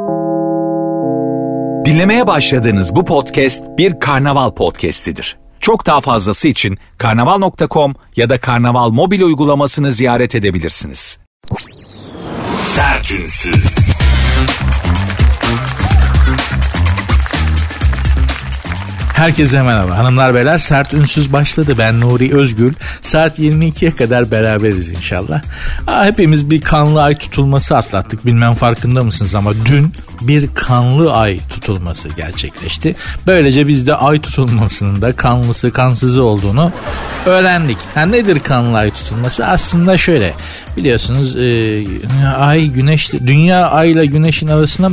Dinlemeye başladığınız bu podcast bir karnaval podcastidir. Çok daha fazlası için karnaval.com ya da karnaval mobil uygulamasını ziyaret edebilirsiniz. Sertünsüz. Herkese merhaba. Hanımlar beyler, Sert Ünsüz başladı. Ben Nuri Özgül. Saat 22'ye kadar beraberiz inşallah. Hepimiz bir kanlı ay tutulması atlattık. Bilmem farkında mısınız ama dün bir kanlı ay tutulması gerçekleşti. Böylece biz de ay tutulmasının da kanlısı kansızı olduğunu öğrendik. Nedir kanlı ay tutulması? Aslında şöyle, biliyorsunuz ay güneş, dünya ayla güneşin arasına mı?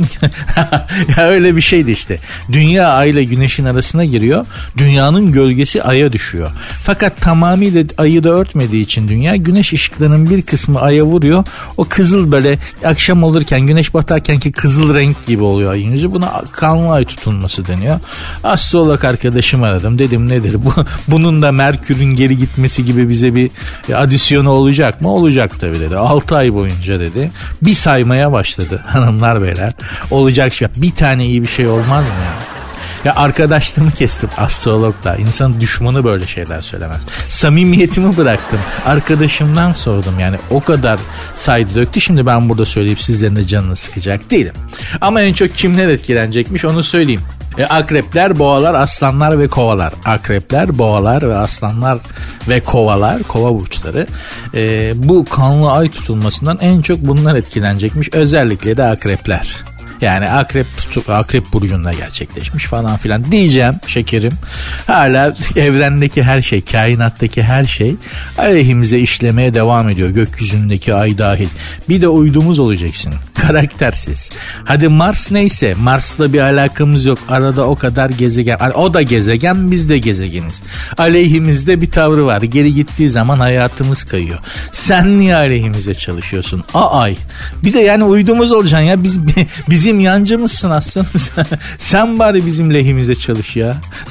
Ya öyle bir şeydi işte. Dünya ayla güneşin arasına giriyor. Dünyanın gölgesi aya düşüyor. Fakat tamamıyla ayı da örtmediği için dünya, güneş ışıklarının bir kısmı aya vuruyor. O kızıl, böyle akşam olurken, güneş batarken ki kızıl renk gibi oluyor ayın yüzü. Buna kanlı ay tutulması deniyor. Astrolog arkadaşım aradım. Dedim nedir bu? Bunun da Merkür'ün geri gitmesi gibi bize bir adisyonu olacak mı? Olacak tabii dedi. 6 ay boyunca dedi. Bir saymaya başladı hanımlar beyler. Olacak şey. Bir tane iyi bir şey olmaz mı ya? Ya arkadaşlığımı kestim astrologla. İnsanın düşmanı böyle şeyler söylemez. Samimiyetimi bıraktım. Arkadaşımdan sordum, yani o kadar saydı döktü. Şimdi ben burada söyleyip sizlerin de canını sıkacak değilim. Ama en çok kimler etkilenecekmiş onu söyleyeyim. Akrepler, boğalar, aslanlar ve kovalar. Akrepler, boğalar ve aslanlar ve kovalar, kova burçları. Bu kanlı ay tutulmasından en çok bunlar etkilenecekmiş. Özellikle de akrepler. Yani akrep burcunda gerçekleşmiş falan filan diyeceğim şekerim. Hala evrendeki her şey, kainattaki her şey aleyhimize işlemeye devam ediyor. Gökyüzündeki ay dahil. Bir de uydumuz olacaksın. Karaktersiz. Hadi Mars neyse, Mars'la bir alakamız yok. Arada o kadar gezegen. O da gezegen, biz de gezegeniz. Aleyhimizde bir tavrı var. Geri gittiği zaman hayatımız kayıyor. Sen niye aleyhimize çalışıyorsun? Ay. Bir de yani uydumuz olacaksın ya. Bizim yancımızsın aslında. Sen bari bizim lehimize çalış ya.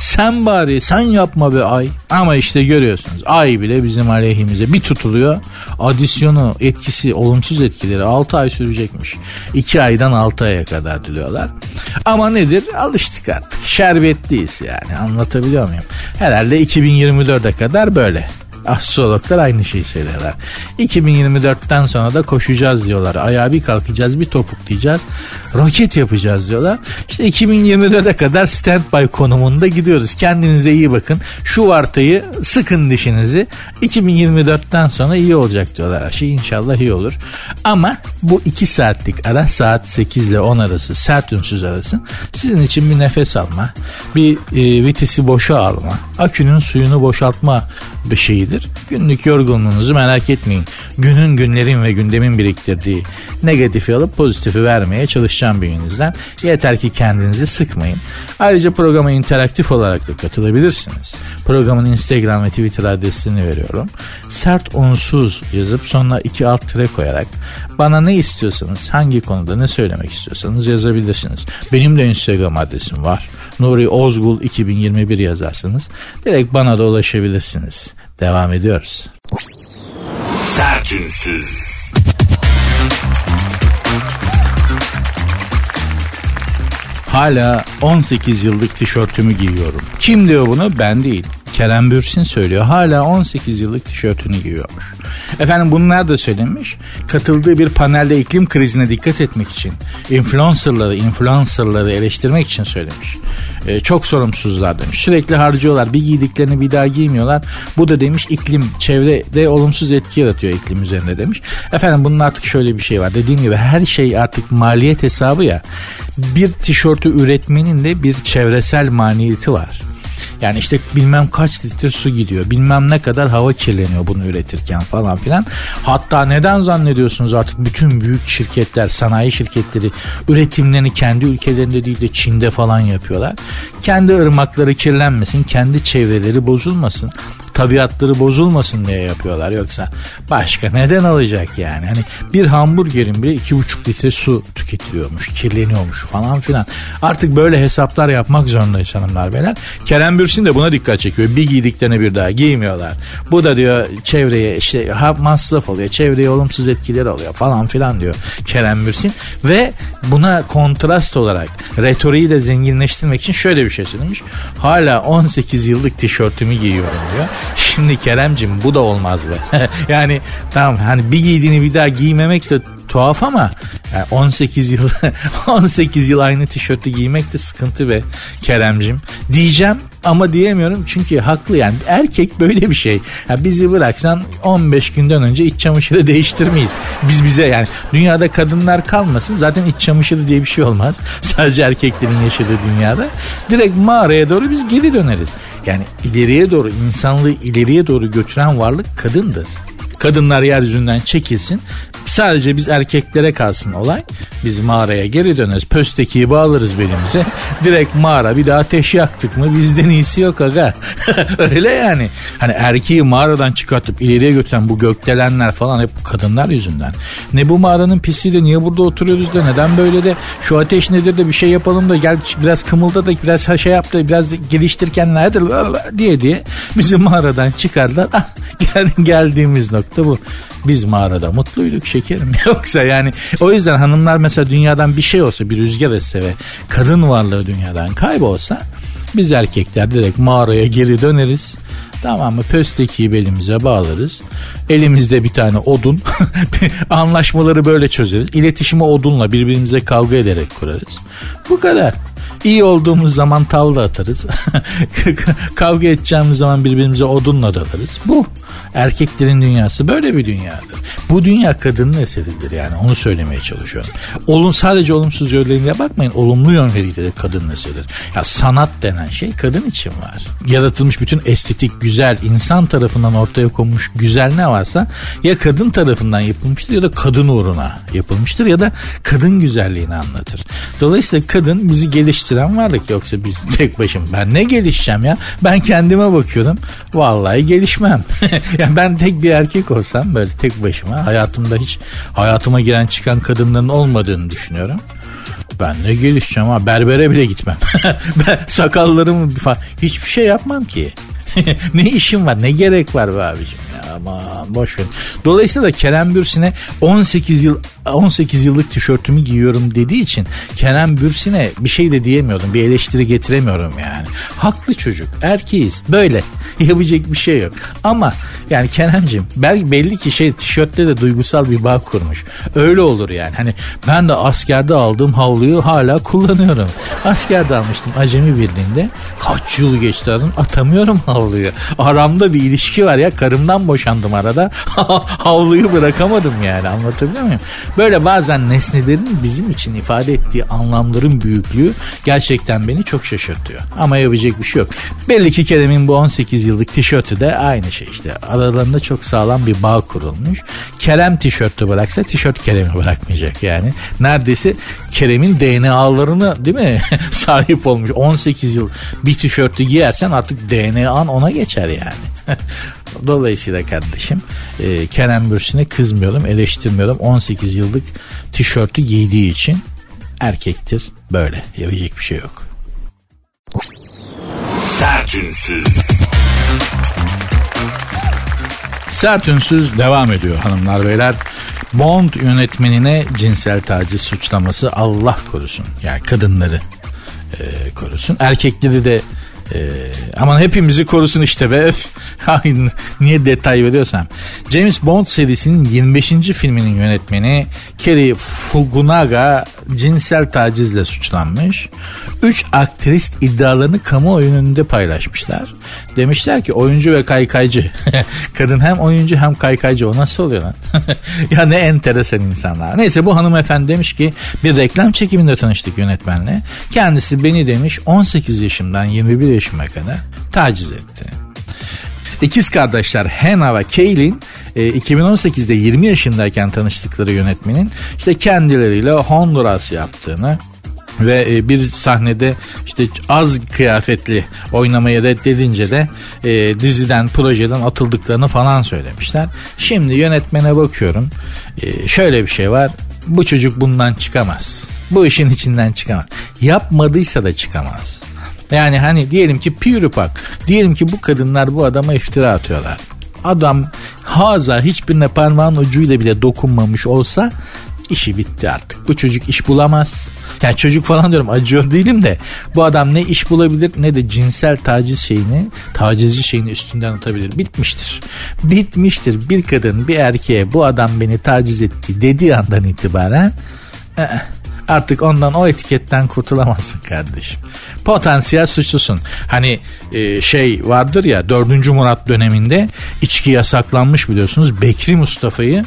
Sen yapma be ay. Ama işte görüyorsunuz, ay bile bizim aleyhimize bir tutuluyor. Adisyonu, etkisi, olumsuz etkileri 6 ay sürecekmiş. 2 aydan 6 aya kadar diliyorlar. Ama nedir? Alıştık artık. Şerbetliyiz yani. Anlatabiliyor muyum? Herhalde 2024'e kadar böyle. Astrologlar aynı şeyi söylüyorlar. 2024'ten sonra da koşacağız diyorlar. Ayağa bir kalkacağız, bir topuklayacağız. Roket yapacağız diyorlar. İşte 2024'e kadar standby konumunda gidiyoruz. Kendinize iyi bakın. Şu vartayı sıkın dişinizi. 2024'ten sonra iyi olacak diyorlar. Her şey inşallah iyi olur. Ama bu 2 saatlik ara, saat 8 ile 10 arası, sert ünsüz arası, sizin için bir nefes alma, bir vitesi boşa alma, akünün suyunu boşaltma bir şeyidir. Günlük yorgunluğunuzu merak etmeyin. Günlerin ve gündemin biriktirdiği negatifi alıp pozitifi vermeye çalışacağım beyninizden. Yeter ki kendinizi sıkmayın. Ayrıca programa interaktif olarak da katılabilirsiniz. Programın Instagram ve Twitter adresini veriyorum. Sert unsuz yazıp sonuna 2 alt tire koyarak bana ne istiyorsanız, hangi konuda ne söylemek istiyorsanız yazabilirsiniz. Benim de Instagram adresim var. Nuri Ozgul 2021 yazarsanız direkt bana da ulaşabilirsiniz. Devam ediyoruz. Sertünsüz. Hala 18 yıllık tişörtümü giyiyorum. Kim diyor bunu? Ben değil. Kerem Bürsin söylüyor. Hala 18 yıllık tişörtünü giyiyormuş. Efendim bunlar da söylemiş. Katıldığı bir panelde iklim krizine dikkat etmek için, influencerları eleştirmek için söylemiş. Çok sorumsuzlar demiş. Sürekli harcıyorlar. Bir giydiklerini bir daha giymiyorlar. Bu da demiş çevrede olumsuz etki yaratıyor iklim üzerinde demiş. Efendim bunun artık şöyle bir şey var. Dediğim gibi her şey artık maliyet hesabı ya. Bir tişörtü üretmenin de bir çevresel maliyeti var. Yani işte bilmem kaç litre su gidiyor, bilmem ne kadar hava kirleniyor bunu üretirken falan filan. Hatta neden zannediyorsunuz artık bütün büyük şirketler, sanayi şirketleri üretimlerini kendi ülkelerinde değil de Çin'de falan yapıyorlar. Kendi ırmakları kirlenmesin, kendi çevreleri bozulmasın. tabiatları bozulmasın diye yapıyorlar. Yoksa başka neden olacak yani? Hani bir hamburgerin bile 2,5 litre su tüketiliyormuş, kirleniyormuş falan filan. Artık böyle hesaplar yapmak zorundayız hanımlar beyler. Kerem Bürsin de buna dikkat çekiyor. Bir giydiklerini bir daha giymiyorlar. Bu da diyor çevreye işte masraf oluyor, çevreye olumsuz etkileri oluyor falan filan diyor Kerem Bürsin. Ve buna kontrast olarak retoriği de zenginleştirmek için şöyle bir şey söylemiş. Hala 18 yıllık tişörtümü giyiyorum diyor. Şimdi Kerem'cim bu da olmaz be. Yani tamam hani bir giydiğini bir daha giymemek de tuhaf ama yani 18 yıl aynı tişörtü giymek de sıkıntı be Kerem'cim. Diyeceğim ama diyemiyorum çünkü haklı yani. Erkek böyle bir şey. Yani bizi bıraksan 15 günden önce iç çamaşırı değiştirmeyiz. Bize yani dünyada kadınlar kalmasın. Zaten iç çamaşırı diye bir şey olmaz. Sadece erkeklerin yaşadığı dünyada. Direkt mağaraya doğru biz geri döneriz. Yani ileriye doğru, insanlığı ileriye doğru götüren varlık kadındır. Kadınlar yeryüzünden çekilsin. Sadece biz erkeklere kalsın olay. Biz mağaraya geri döneriz. Pöstekiyi bağlarız belimize. Direkt mağara, bir daha ateş yaktık mı bizden iyisi yok aga. Öyle yani. Hani erkeği mağaradan çıkartıp ileriye götüren bu gökdelenler falan hep kadınlar yüzünden. Ne bu mağaranın pisliği de, niye burada oturuyoruz da, neden böyle de, şu ateş nedir de bir şey yapalım da, gel biraz kımılda da, biraz şey yap da, biraz geliştirken nedir diye bizi mağaradan çıkardılar. Geldiğimiz nokta bu. Biz mağarada mutluyduk şekerim. Yoksa yani o yüzden hanımlar mesela dünyadan bir şey olsa, bir rüzgar etse ve kadın varlığı dünyadan kaybolsa, biz erkekler direkt mağaraya geri döneriz. Tamam mı? Pöstekiyi belimize bağlarız. Elimizde bir tane odun. Anlaşmaları böyle çözeriz. İletişimi odunla, birbirimize kavga ederek kurarız. Bu kadar. İyi olduğumuz zaman tavla atarız. Kavga edeceğimiz zaman birbirimize odunla dalarız. Bu. Erkeklerin dünyası böyle bir dünyadır. Bu dünya kadının eseridir yani, onu söylemeye çalışıyorum. Sadece olumsuz yönleriyle bakmayın, olumlu yönleriyle de kadının eseridir. Ya sanat denen şey kadın için var. Yaratılmış bütün estetik, güzel, insan tarafından ortaya konmuş güzel ne varsa ya kadın tarafından yapılmıştır ya da kadın uğruna yapılmıştır ya da kadın güzelliğini anlatır. Dolayısıyla kadın bizi geliştiren varlık, yoksa biz tek başım, ben ne gelişeceğim ya? Ben kendime bakıyorum, vallahi gelişmem. Yani ben tek bir erkek olsam, böyle tek başıma, hayatımda hiç hayatıma giren çıkan kadınların olmadığını düşünüyorum. Ben ne gelişeceğim ha, berbere bile gitmem. Ben sakallarımı falan hiçbir şey yapmam ki. Ne işim var, ne gerek var be abicim ya, aman boş ver. Dolayısıyla da Kerem Bürsin'e 18 yıllık tişörtümü giyiyorum dediği için Kerem Bürsin'e bir şey de diyemiyordum, bir eleştiri getiremiyorum yani. Haklı çocuk, erkeğiz, böyle yapacak bir şey yok. Ama yani Kerem'cim belli ki tişörtte de duygusal bir bağ kurmuş. Öyle olur yani. Hani ben de askerde aldığım havluyu hala kullanıyorum. Askerde almıştım Acemi Birliği'nde. Kaç yıl geçti atamıyorum havluyu. Aramda bir ilişki var ya, karımdan boşandım arada. Havluyu bırakamadım yani, anlatabiliyor muyum? Böyle bazen nesnelerin bizim için ifade ettiği anlamların büyüklüğü gerçekten beni çok şaşırtıyor. Ama yapacak bir şey yok. Belli ki Kerem'in bu 18 yıllık tişörtü de aynı şey işte. Aralarında çok sağlam bir bağ kurulmuş. Kerem tişörtü bıraksa tişört Kerem'i bırakmayacak yani. Neredeyse Kerem'in DNA'larını değil mi sahip olmuş. 18 yıl bir tişörtü giyersen artık DNA'n ona geçer yani. Dolayısıyla kardeşim Kerem Bürsin'e kızmıyorum, eleştirmiyorum. 18 yıllık tişörtü giydiği için erkektir, böyle yapacak bir şey yok. Sertünsüz. Sert Ünsüz devam ediyor hanımlar beyler. Bond yönetmenine cinsel taciz suçlaması, Allah korusun. Yani kadınları korusun. Erkekleri de aman hepimizi korusun işte be. Aynı, niye detay veriyorsam. James Bond serisinin 25. filminin yönetmeni Cary Fukunaga cinsel tacizle suçlanmış. 3 aktrist iddialarını kamuoyu önünde paylaşmışlar. Demişler ki oyuncu ve kaykaycı. Kadın hem oyuncu hem kaykaycı, o nasıl oluyor lan? Ya ne enteresan insanlar. Neyse, bu hanımefendi demiş ki bir reklam çekiminde tanıştık yönetmenle. Kendisi beni demiş 18 yaşımdan 21 yaşıma kadar taciz etti. İkiz kardeşler Hannah ve Kaylin 2018'de 20 yaşındayken tanıştıkları yönetmenin işte kendileriyle Honduras yaptığını Ve bir sahnede işte az kıyafetli oynamayı reddedince de diziden, projeden atıldıklarını falan söylemişler. Şimdi yönetmene bakıyorum. Şöyle bir şey var. Bu çocuk bundan çıkamaz. Bu işin içinden çıkamaz. Yapmadıysa da çıkamaz. Yani hani diyelim ki PewDiePie, diyelim ki bu kadınlar bu adama iftira atıyorlar. Adam haza hiçbirine parmağın ucuyla bile dokunmamış olsa işi bitti artık. Bu çocuk iş bulamaz. Yani çocuk falan diyorum, acıyor değilim de bu adam ne iş bulabilir ne de cinsel tacizci şeyini üstünden atabilir. Bitmiştir. Bitmiştir. Bir kadın bir erkeğe bu adam beni taciz etti dediği andan itibaren artık ondan, o etiketten kurtulamazsın kardeşim. Potansiyel suçlusun. Hani şey vardır ya, 4. Murat döneminde içki yasaklanmış biliyorsunuz. Bekri Mustafa'yı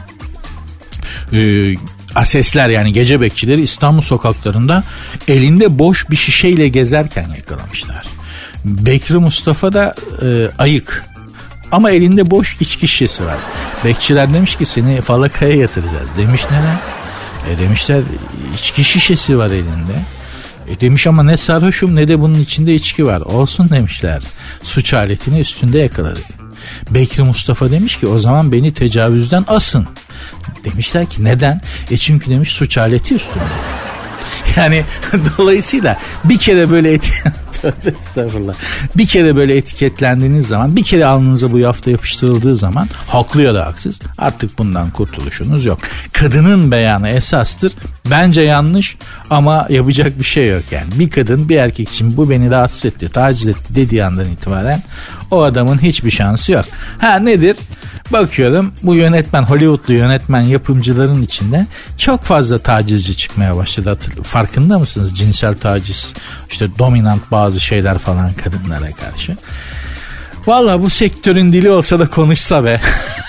asesler, yani gece bekçileri İstanbul sokaklarında elinde boş bir şişeyle gezerken yakalamışlar. Bekri Mustafa da ayık ama elinde boş içki şişesi var. Bekçiler demiş ki seni falakaya yatıracağız. Demiş neden? Demişler içki şişesi var elinde. Demiş ama ne sarhoşum ne de bunun içinde içki var. Olsun demişler. Suç aletini üstünde yakaladık. Bekri Mustafa demiş ki o zaman beni tecavüzden asın. Demişler ki neden? Çünkü demiş suç aleti üstünde. Yani dolayısıyla bir kere böyle estağfurullah. Bir kere böyle etiketlendiğiniz zaman, bir kere alnınıza bu yafta yapıştırıldığı zaman, haklı ya da haksız, artık bundan kurtuluşunuz yok. Kadının beyanı esastır. Bence yanlış ama yapacak bir şey yok yani. Bir kadın bir erkek için bu beni rahatsız etti, taciz etti dediği andan itibaren o adamın hiçbir şansı yok. Nedir? Bakıyorum bu yönetmen, Hollywoodlu yönetmen yapımcıların içinde çok fazla tacizci çıkmaya başladı. Farkında mısınız? Cinsel taciz, işte dominant bazı şeyler falan kadınlara karşı. Vallahi bu sektörün dili olsa da konuşsa be.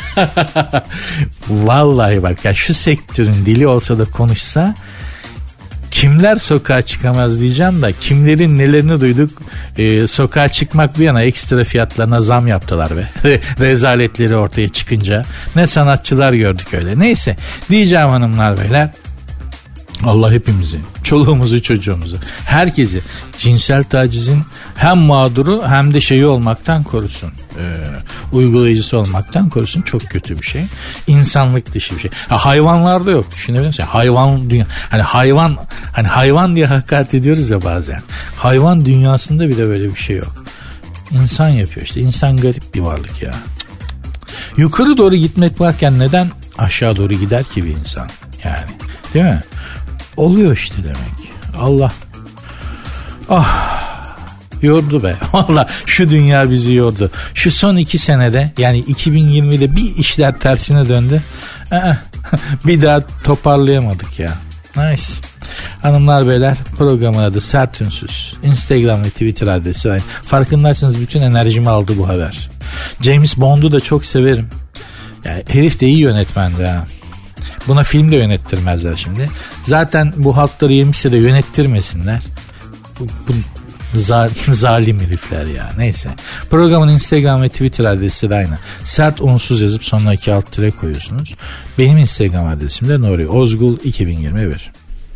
Vallahi bak ya, şu sektörün dili olsa da konuşsa, kimler sokağa çıkamaz diyeceğim de kimlerin nelerini duyduk. Sokağa çıkmak bir yana ekstra fiyatlarına zam yaptılar be. Rezaletleri ortaya çıkınca ne sanatçılar gördük öyle. Neyse diyeceğim hanımlar beyler, Allah hepimizi, çoluğumuzu çocuğumuzu, herkesi cinsel tacizin hem mağduru hem de şeyi olmaktan korusun. Uygulayıcısı olmaktan korusun. Çok kötü bir şey. İnsanlık dışı bir şey. Hayvanlarda yok, düşünebilir misin? Hayvan dünya, hani hayvan diye hakaret ediyoruz ya bazen. Hayvan dünyasında bile böyle bir şey yok. İnsan yapıyor işte. İnsan garip bir varlık ya. Yukarı doğru gitmek varken neden aşağı doğru gider ki bir insan? Yani değil mi? Oluyor işte demek. Allah. Yordu be. Valla şu dünya bizi yordu. Şu son 2 senede, yani 2020'de bir işler tersine döndü. Bir daha toparlayamadık ya. Nice. Hanımlar beyler, programın adı Sert Ünsüz. Instagram ve Twitter adresi aynı. Farkındaysanız bütün enerjimi aldı bu haber. James Bond'u da çok severim. Yani herif de iyi yönetmendi ha. Buna film de yönettirmezler şimdi. Zaten bu halkları yemişse de yönettirmesinler. Bu zalim herifler ya. Neyse. Programın Instagram ve Twitter adresi de aynı. Sert unsuz yazıp sonuna 2 alt tire koyuyorsunuz. Benim Instagram adresim de Nuri Ozgul 2021.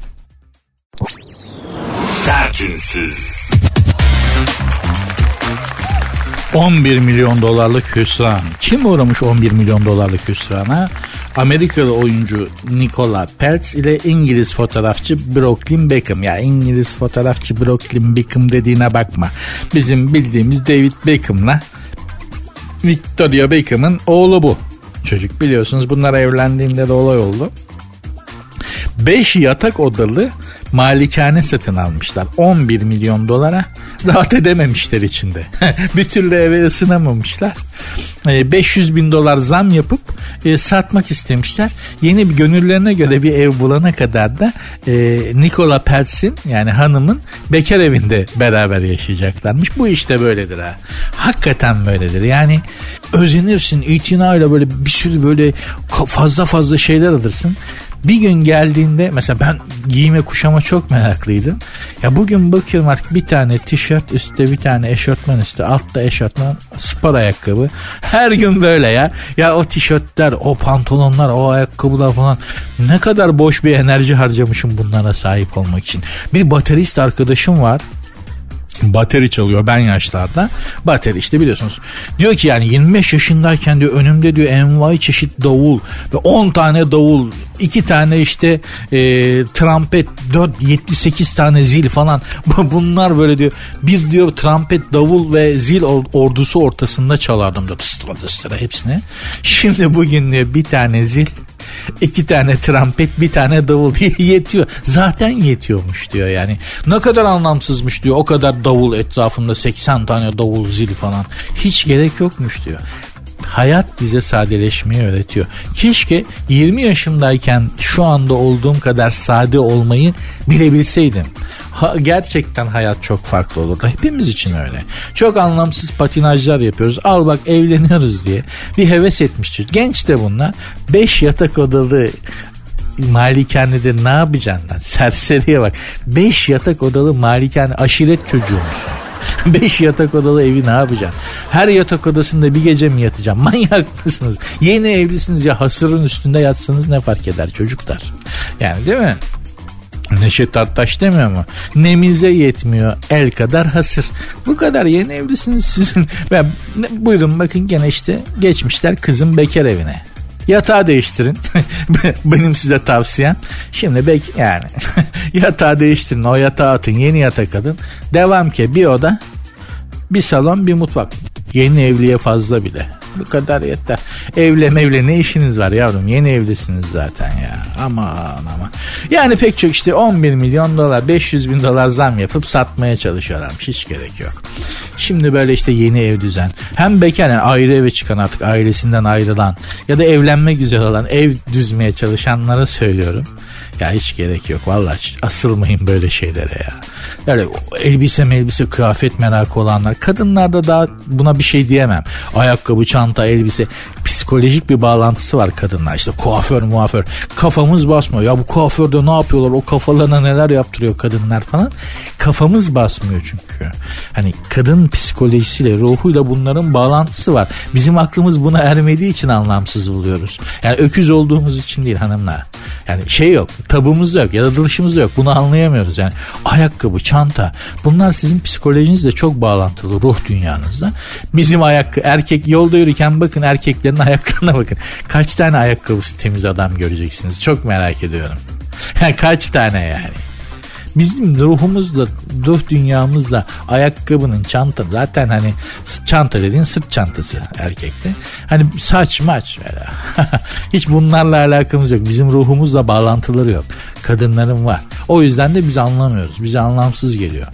Sert Ünsüz. 11 milyon dolarlık hüsran. Kim uğramış 11 milyon dolarlık hüsrana? Amerikalı oyuncu Nicola Peltz ile İngiliz fotoğrafçı Brooklyn Beckham. Ya İngiliz fotoğrafçı Brooklyn Beckham dediğine bakma. Bizim bildiğimiz David Beckham'la Victoria Beckham'ın oğlu bu. Çocuk, biliyorsunuz bunlar evlendiğinde de olay oldu. 5 yatak odalı malikane satın almışlar 11 milyon dolara. Rahat edememişler içinde. Bir türlü eve ısınamamışlar. 500 bin dolar zam yapıp satmak istemişler. Yeni bir, gönüllerine göre bir ev bulana kadar da Nicola Peltz'in, yani hanımın bekar evinde beraber yaşayacaklarmış. Bu işte böyledir ha. Hakikaten böyledir. Yani özenirsin, itinayla böyle bir sürü böyle fazla şeyler alırsın. Bir gün geldiğinde mesela ben giyime kuşama çok meraklıydım. Ya bugün bakıyorum artık bir tane tişört üstte, bir tane eşortman üstte, altta eşortman, spor ayakkabı. Her gün böyle ya. Ya o tişörtler, o pantolonlar, o ayakkabılar falan, ne kadar boş bir enerji harcamışım bunlara sahip olmak için. Bir baterist arkadaşım var. Bateri çalıyor ben yaşlarda. Bateri işte biliyorsunuz. Diyor ki yani 25 yaşındayken diyor önümde diyor envai çeşit davul ve 10 tane davul, 2 tane işte trompet, 78 tane zil falan. Bunlar böyle diyor. Bir diyor trompet, davul ve zil ordusu ortasında çalardım diyor. Tıstıra hepsini. Şimdi bugün diyor bir tane zil, 2 tane trompet, bir tane davul yetiyor. Zaten yetiyormuş diyor yani. Ne kadar anlamsızmış diyor. O kadar davul etrafında, 80 tane davul, zil falan. Hiç gerek yokmuş diyor. Hayat bize sadeleşmeyi öğretiyor. Keşke 20 yaşımdayken şu anda olduğum kadar sade olmayı bilebilseydim. Gerçekten hayat çok farklı olurdu. Hepimiz için öyle. Çok anlamsız patinajlar yapıyoruz. Al bak evleniyoruz diye bir heves etmiştir. Genç de bunlar. 5 yatak odalı malikanede ne yapacaksın lan? Serseriye bak. 5 yatak odalı malikane, aşiret çocuğu musun? 5 yatak odalı evi ne yapacaksın? Her yatak odasında bir gece mi yatacaksın? Manyak mısınız? Yeni evlisiniz ya, hasırın üstünde yatsanız ne fark eder çocuklar? Yani değil mi? Neşet Ertaş demiyor mu? Nemize yetmiyor el kadar hasır. Bu kadar, yeni evlisiniz sizin. Buyurun bakın gene işte geçmişler kızın bekar evine. Yatağı değiştirin. Benim size tavsiyem. Şimdi yani yatağı değiştirin. O yatağı atın. Yeni yatak alın. Devam ki bir oda, bir salon, bir mutfak. Yeni evliye fazla bile. Bu kadar yeter. Evle ne işiniz var yavrum? Yeni evlisiniz zaten ya. Aman. Yani pek çok işte 11 milyon dolar, 500 bin dolar zam yapıp satmaya çalışıyorlarmış. Hiç gerek yok. Şimdi böyle işte yeni ev düzen. Hem bekar yani ayrı eve çıkan, artık ailesinden ayrılan ya da evlenmek üzere olan, ev düzmeye çalışanlara söylüyorum. Ya hiç gerek yok vallahi, asılmayın böyle şeylere ya. Yani elbise kıyafet merakı olanlar, kadınlarda daha buna bir şey diyemem. Ayakkabı, çanta, elbise, psikolojik bir bağlantısı var kadınlar. İşte kuaför kafamız basmıyor. Ya bu kuaförde ne yapıyorlar, o kafalarına neler yaptırıyor kadınlar falan. Kafamız basmıyor çünkü. Hani kadın psikolojisiyle, ruhuyla bunların bağlantısı var. Bizim aklımız buna ermediği için anlamsız buluyoruz. Yani öküz olduğumuz için değil hanımlar. Yani şey yok, tabumuz da yok, yaratılışımız da yok. Bunu anlayamıyoruz yani. Ayakkabı, çanta, bunlar sizin psikolojinizle çok bağlantılı, ruh dünyanızda. Bizim erkek yolda yürürken bakın erkeklerin ayaklarına bakın. Kaç tane ayakkabısı temiz adam göreceksiniz. Çok merak ediyorum. Kaç tane yani. Bizim ruhumuzla, ruh dünyamızla ayakkabının, çanta, zaten hani çanta dediğin sırt çantası erkekte. Hani saç maç hiç bunlarla alakamız yok. Bizim ruhumuzla bağlantıları yok. Kadınların var. O yüzden de biz anlamıyoruz. Bize anlamsız geliyor.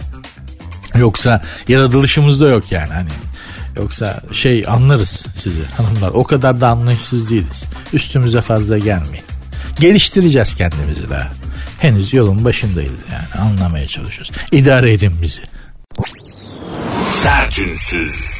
Yoksa yaratılışımızda yok yani hani. Yoksa anlarız sizi hanımlar. O kadar da anlayışsız değiliz. Üstümüze fazla gelmeyin. Geliştireceğiz kendimizi daha. Henüz yolun başındayız yani, anlamaya çalışıyoruz. İdare edin bizi. Sertünsüz.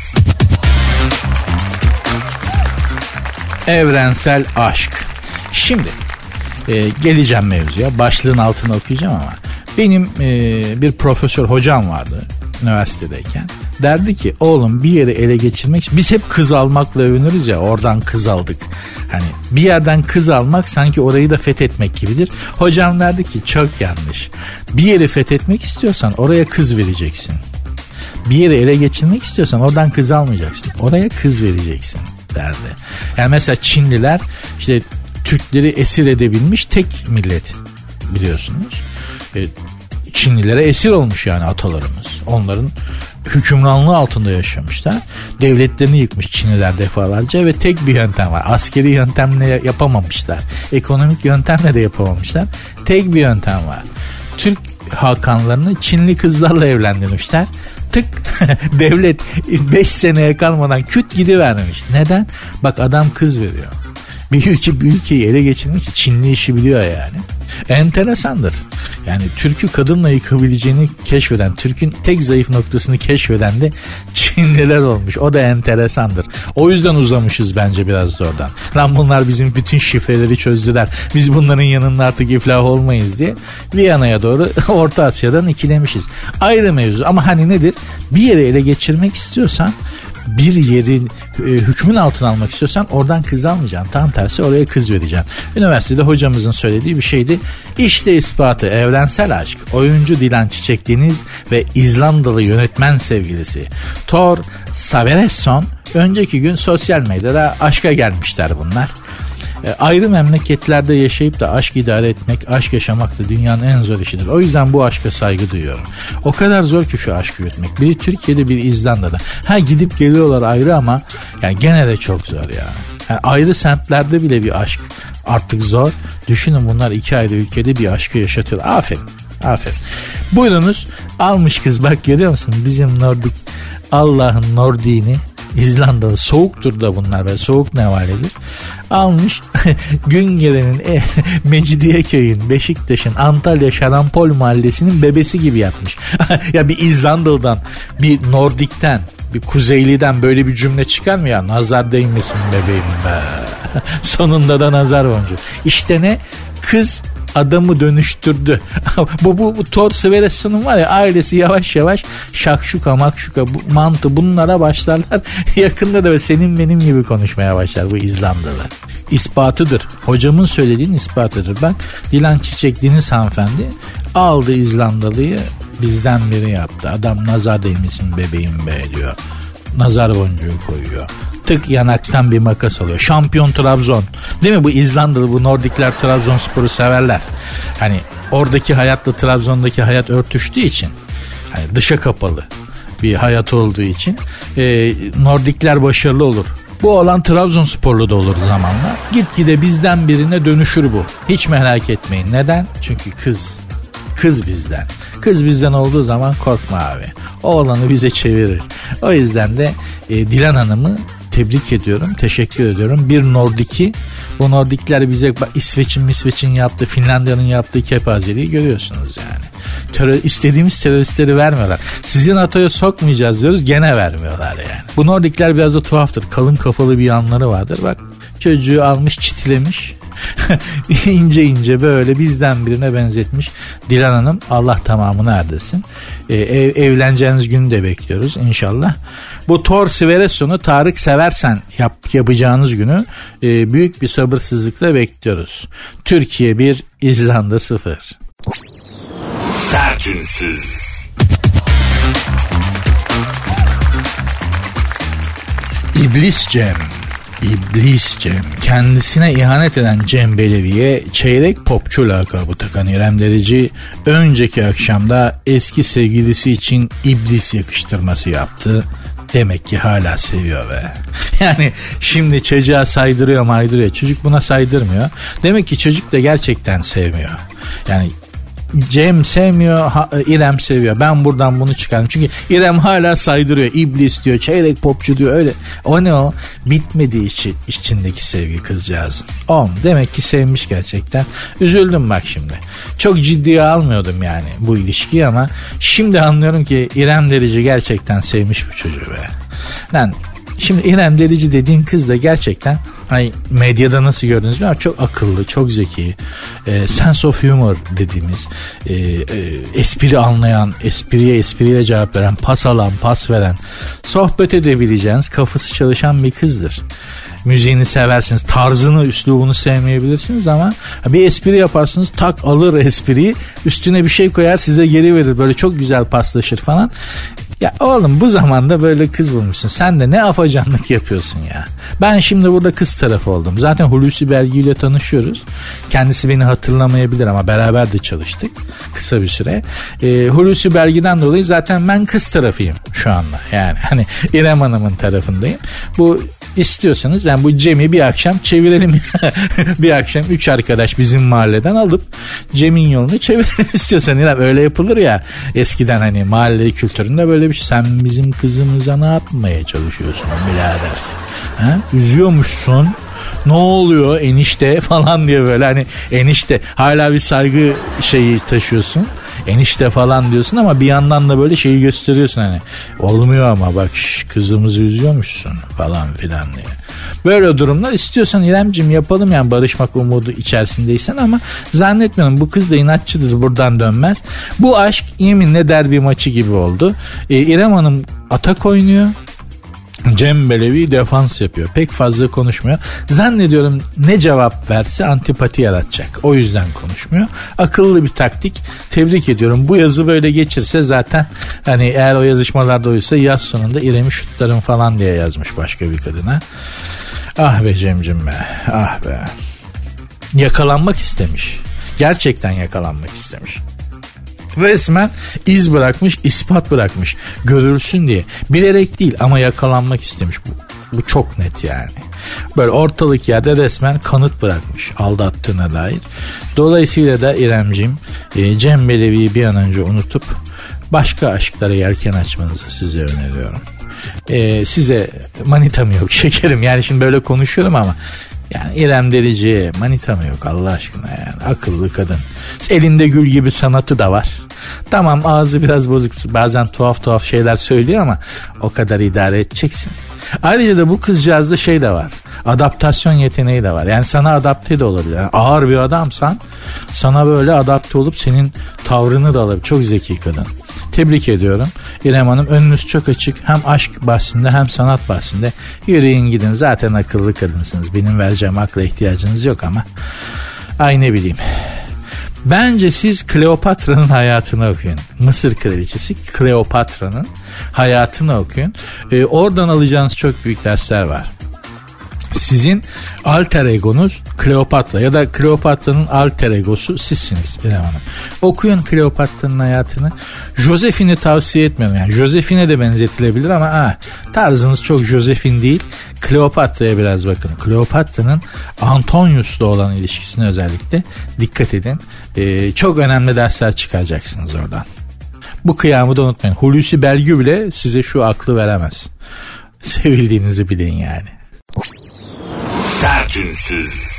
Evrensel aşk. Şimdi geleceğim mevzuya. Başlığın altına okuyacağım ama benim bir profesör hocam vardı üniversitedeyken. Derdi ki oğlum bir yeri ele geçirmek, biz hep kız almakla övünürüz ya, oradan kız aldık. Hani bir yerden kız almak sanki orayı da fethetmek gibidir. Hocam derdi ki çok yanlış. Bir yeri fethetmek istiyorsan oraya kız vereceksin. Bir yeri ele geçirmek istiyorsan oradan kız almayacaksın. Oraya kız vereceksin derdi. Yani mesela Çinliler işte Türkleri esir edebilmiş tek millet biliyorsunuz. Çinlilere esir olmuş yani atalarımız. Onların hükümranlığı altında yaşamışlar. Devletlerini yıkmış Çinliler defalarca ve tek bir yöntem var. Askeri yöntemle yapamamışlar. Ekonomik yöntemle de yapamamışlar. Tek bir yöntem var. Türk hakanlarını Çinli kızlarla evlendirmişler. Tık devlet 5 seneye kalmadan küt gidivermemiş. Neden? Bak adam kız veriyor. Bir ülkeyi ele geçirmek için Çinli işi biliyor yani. Enteresandır. Yani Türk'ü kadınla yıkabileceğini keşfeden, Türk'ün tek zayıf noktasını keşfeden de Çinliler olmuş. O da enteresandır. O yüzden uzamışız bence biraz da oradan. Lan bunlar bizim bütün şifreleri çözdüler. Biz bunların yanında artık iflah olmayız diye Viyana'ya doğru Orta Asya'dan ikilemişiz. Ayrı mevzu ama hani nedir? Bir yere ele geçirmek istiyorsan, bir yerin hükmün altına almak istiyorsan oradan kız almayacaksın. Tam tersi oraya kız vereceksin. Üniversitede hocamızın söylediği bir şeydi. İşte ispatı: evrensel aşk. Oyuncu Dilan Çiçek Deniz ve İzlandalı yönetmen sevgilisi Thor Sverresson önceki gün sosyal medyada aşka gelmişler bunlar. Ayrı memleketlerde yaşayıp da aşk idare etmek, aşk yaşamak da dünyanın en zor işidir. O yüzden bu aşka saygı duyuyorum. O kadar zor ki şu aşkı yürütmek. Biri Türkiye'de, biri İzlanda'da. Ha, gidip geliyorlar ayrı ama yani gene de çok zor ya. Yani ayrı semtlerde bile bir aşk artık zor. Düşünün, bunlar 2 ayrı ülkede bir aşkı yaşatıyor. Aferin, aferin. Buyurunuz, almış kız, bak görüyor musun? Bizim Nordik, Allah'ın Nordini, İzlandalı, soğuktur da bunlar, böyle soğuk nevaledir. Almış Güngören'in Mecidiyeköy'ün, Beşiktaş'ın Antalya Şarampol mahallesinin bebesi gibi yapmış. Ya bir İzlandalı'dan, bir Nordik'ten, bir Kuzeyliden böyle bir cümle çıkar mı ya? Nazar değmesin bebeğim be. Sonunda da nazar boncuğu. İşte ne? Kız adamı dönüştürdü. bu Thor Sverresson'un var ya, ailesi yavaş yavaş şakşuka makşuka mantı bunlara başlarlar. Yakında da senin benim gibi konuşmaya başlar bu İzlandalı. İspatıdır. Hocamın söylediğinin ispatıdır. Bak, Dilan Çiçek Deniz hanımefendi aldı İzlandalıyı, bizden biri yaptı. Adam nazar değmesin bebeğim be diyor. Nazar boncuğu koyuyor. Tık, yanaktan bir makas alıyor. Şampiyon Trabzon. Değil mi bu İzlandalı, bu Nordikler Trabzonspor'u severler. Hani oradaki hayatla Trabzon'daki hayat örtüştüğü için, hani dışa kapalı bir hayat olduğu için Nordikler başarılı olur. Bu olan Trabzonsporlu da olur zamanla. Gitgide bizden birine dönüşür bu. Hiç merak etmeyin. Neden? Çünkü kız bizden. Kız bizden olduğu zaman korkma abi. O olanı bize çevirir. O yüzden de Dilan Hanım'ı tebrik ediyorum, teşekkür ediyorum. Bir Nordik'i, bu Nordikler bize İsveç'in yaptığı, Finlandiya'nın yaptığı kepazeliği görüyorsunuz yani. İstediğimiz teröristleri vermiyorlar. Sizin NATO'ya sokmayacağız diyoruz, gene vermiyorlar yani. Bu Nordikler biraz da tuhaftır. Kalın kafalı bir yanları vardır. Bak, çocuğu almış, çitilemiş. ince ince böyle bizden birine benzetmiş. Dilan Hanım, Allah tamamını erdirsin. Evleneceğiniz günü de bekliyoruz inşallah. Bu Thor Sverresson'u Tarık Seversen yapacağınız günü büyük bir sabırsızlıkla bekliyoruz. Türkiye 1, İzlanda 0. Sertünsüz. İblis Cem kendisine ihanet eden Cem Belevi'ye çeyrek popçu lakabı takan İrem Derici önceki akşamda eski sevgilisi için iblis yakıştırması yaptı. Demek ki hala seviyor be. Yani şimdi çocuğa saydırıyor. Çocuk buna saydırmıyor. Demek ki çocuk da gerçekten sevmiyor. Yani Cem sevmiyor, İrem seviyor. Ben buradan bunu çıkardım. Çünkü İrem hala saydırıyor. İblis diyor, çeyrek popçu diyor, öyle. O ne o? Bitmediği içindeki sevgi kızcağızın. Demek ki sevmiş gerçekten. Üzüldüm bak şimdi. Çok ciddiye almıyordum yani bu ilişkiyi ama şimdi anlıyorum ki İrem Derici gerçekten sevmiş bu çocuğu be. Lan şimdi İrem Derici dediğin kız da gerçekten, hani medyada nasıl gördünüz bilmiyorum, çok akıllı, çok zeki, sense of humor dediğimiz, espri anlayan, espriyle cevap veren, pas alan, pas veren, sohbet edebileceğiniz, kafası çalışan bir kızdır. Müziğini seversiniz, tarzını, üslubunu sevmeyebilirsiniz ama bir espri yaparsınız, tak alır espriyi, üstüne bir şey koyar, size geri verir, böyle çok güzel paslaşır falan. Ya oğlum, bu zamanda böyle kız bulmuşsun. Sen de ne afacanlık yapıyorsun ya. Ben şimdi burada kız tarafı oldum. Zaten Hulusi Belgi ile tanışıyoruz. Kendisi beni hatırlamayabilir ama beraber de çalıştık kısa bir süre. Hulusi Belgi'den dolayı zaten ben kız tarafıyım şu anda. Yani hani İrem Hanım'ın tarafındayım. Bu istiyorsanız yani bu Cem'i bir akşam çevirelim. Bir akşam 3 arkadaş bizim mahalleden alıp Cem'in yolunu çevirelim istiyorsan. İrem, öyle yapılır ya eskiden, hani mahalle kültüründe böyle bir şey. Sen bizim kızımıza ne yapmaya çalışıyorsun birader? Ha? Üzüyormuşsun. ne oluyor enişte falan diye böyle hani enişte hala bir saygı şeyi taşıyorsun. Enişte falan diyorsun ama bir yandan da böyle şeyi gösteriyorsun hani olmuyor ama bak kızımızı üzüyormuşsun falan filan diye. Böyle durumlar istiyorsan İremciğim yapalım yani barışmak umudu içerisindeysen ama zannetmiyorum bu kız da inatçıdır buradan dönmez. Bu aşk yeminle derbi maçı gibi oldu. İrem Hanım atak oynuyor. Cem Belevi defans yapıyor. Pek fazla konuşmuyor. Zannediyorum ne cevap verse antipati yaratacak. O yüzden konuşmuyor. Akıllı bir taktik. Tebrik ediyorum. Bu yazı böyle geçirse zaten hani eğer o yazışmalarda oysa yaz sonunda İrem'i şutlarım falan diye yazmış başka bir kadına. Ah be Cem'cim be. Ah be. Yakalanmak istemiş. Gerçekten yakalanmak istemiş. Resmen iz bırakmış, ispat bırakmış. Görülsün diye. Bilerek değil ama yakalanmak istemiş. Bu çok net yani. Böyle ortalık yerde resmen kanıt bırakmış aldattığına dair. Dolayısıyla da İremciğim Cem Belevi'yi bir an önce unutup başka aşklara yelken açmanızı size öneriyorum. Size manitam yok şekerim. Yani şimdi böyle konuşuyorum ama yani İrem Derici manita mı yok Allah aşkına yani akıllı kadın. Elinde gül gibi sanatı da var. Tamam ağzı biraz bozuk bazen tuhaf şeyler söylüyor ama o kadar idare edeceksin. Ayrıca da bu kızcağızda şey de var. Adaptasyon yeteneği de var. Yani sana adapte de olabilir. Yani ağır bir adamsan sana böyle adapte olup senin tavrını da alabilir. Çok zeki kadın. Tebrik ediyorum. İrem Hanım önünüz çok açık. Hem aşk bahsinde hem sanat bahsinde. Yürüyün gidin. Zaten akıllı kadınsınız. Benim vereceğim akla ihtiyacınız yok ama. Ay ne bileyim. Bence siz Kleopatra'nın hayatını okuyun. Mısır kraliçesi Kleopatra'nın hayatını okuyun. Oradan alacağınız çok büyük dersler var. Sizin alter egonuz Kleopatra ya da Kleopatra'nın alter egosu sizsiniz İrem Hanım. Okuyun Kleopatra'nın hayatını. Josephine'i tavsiye etmiyorum. Yani Josephine'e de benzetilebilir ama tarzınız çok Josephine değil. Kleopatra'ya biraz bakın. Kleopatra'nın Antonius'la olan ilişkisine özellikle dikkat edin. Çok önemli dersler çıkaracaksınız oradan. Bu kıyamı da unutmayın. Hulusi Belgü bile size şu aklı veremez. Sevildiğinizi bilin yani. Sertünsüz.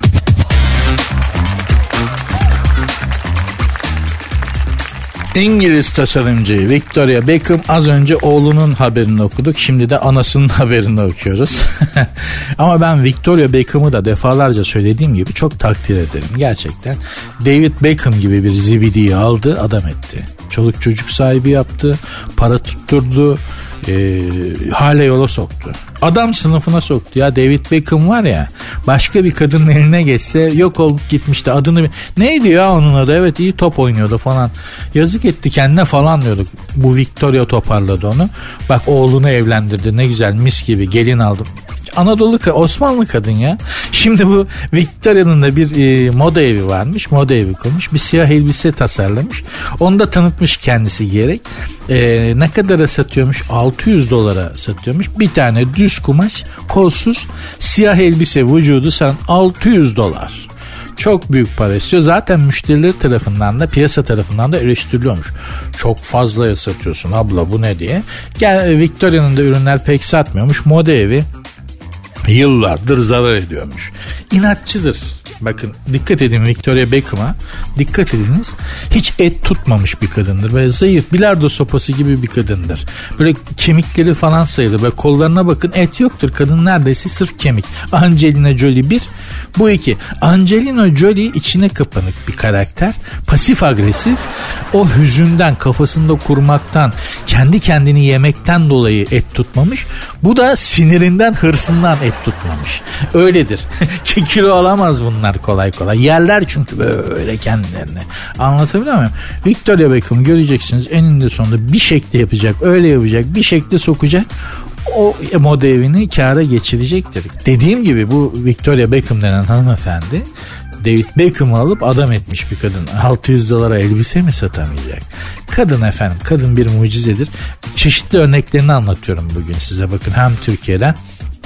İngiliz tasarımcı Victoria Beckham az önce oğlunun haberini okuduk. Şimdi de anasının haberini okuyoruz. Ama ben Victoria Beckham'ı da defalarca söylediğim gibi çok takdir ederim. Gerçekten David Beckham gibi bir zibidiyi aldı, adam etti. Çoluk çocuk sahibi yaptı, para tutturdu, hale yola soktu. Adam sınıfına soktu ya. David Beckham var ya, başka bir kadının eline geçse yok olup gitmişti. Adını neydi ya onun adı? Evet, iyi top oynuyordu falan. Yazık etti kendine falan diyorduk. Bu Victoria toparladı onu. Bak oğlunu evlendirdi, ne güzel, mis gibi gelin aldım. Anadolu Osmanlı kadın ya. Şimdi bu Victoria'nın da bir moda evi varmış. Moda evi kurmuş. Bir siyah elbise tasarlamış. Onu da tanıtmış kendisi giyerek. Ne kadara satıyormuş? $600 satıyormuş. Bir tane düz kumaş, kolsuz siyah elbise vücudu sana $600. Çok büyük para istiyor. Zaten müşterileri tarafından da, piyasa tarafından da eleştiriliyormuş. Çok fazlaya satıyorsun abla, bu ne diye. Victoria'nın da ürünler pek satmıyormuş. Moda evi yıllardır zarar ediyormuş. İnatçıdır. Bakın dikkat edin Victoria Beckham'a. Dikkat ediniz. Hiç et tutmamış bir kadındır. Böyle zayıf, bilardo sopası gibi bir kadındır. Böyle kemikleri falan sayılır. Böyle kollarına bakın, et yoktur. Kadın neredeyse sırf kemik. Angelina Jolie 1. Bu 2. Angelina Jolie içine kapanık bir karakter. Pasif agresif. O hüzünden, kafasında kurmaktan, kendi kendini yemekten dolayı et tutmamış. Bu da sinirinden, hırsından et tutmamış. Öyledir. Kilo alamaz bunlar kolay kolay. Yerler çünkü böyle kendilerini. Anlatabiliyor muyum? Victoria Beckham'ı göreceksiniz, eninde sonunda bir şekilde yapacak, öyle yapacak, bir şekilde sokacak. O moda evini kâra geçirecektir. Dediğim gibi bu Victoria Beckham denen hanımefendi David Beckham'ı alıp adam etmiş bir kadın. $600 elbise mi satamayacak? Kadın efendim, kadın bir mucizedir. Çeşitli örneklerini anlatıyorum bugün size. Bakın hem Türkiye'den